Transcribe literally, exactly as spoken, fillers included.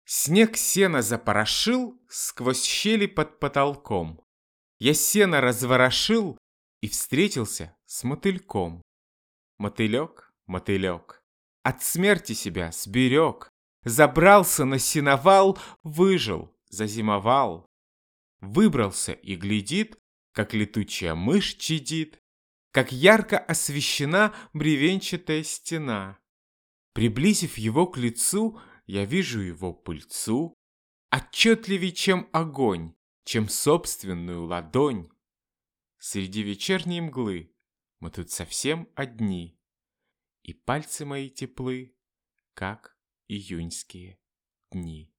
Снег сено запорошил сквозь щели под потолком. Я сено разворошил и встретился с мотыльком. Мотылек, мотылек, от смерти себя сберег, забрался на сеновал, выжил, зазимовал. Выбрался и глядит, как летучая мышь чадит, как ярко освещена бревенчатая стена. Приблизив его к лицу, я вижу его пыльцу, отчетливей, чем огонь, чем собственную ладонь. Среди вечерней мглы мы тут совсем одни, и пальцы мои теплы, как июньские дни.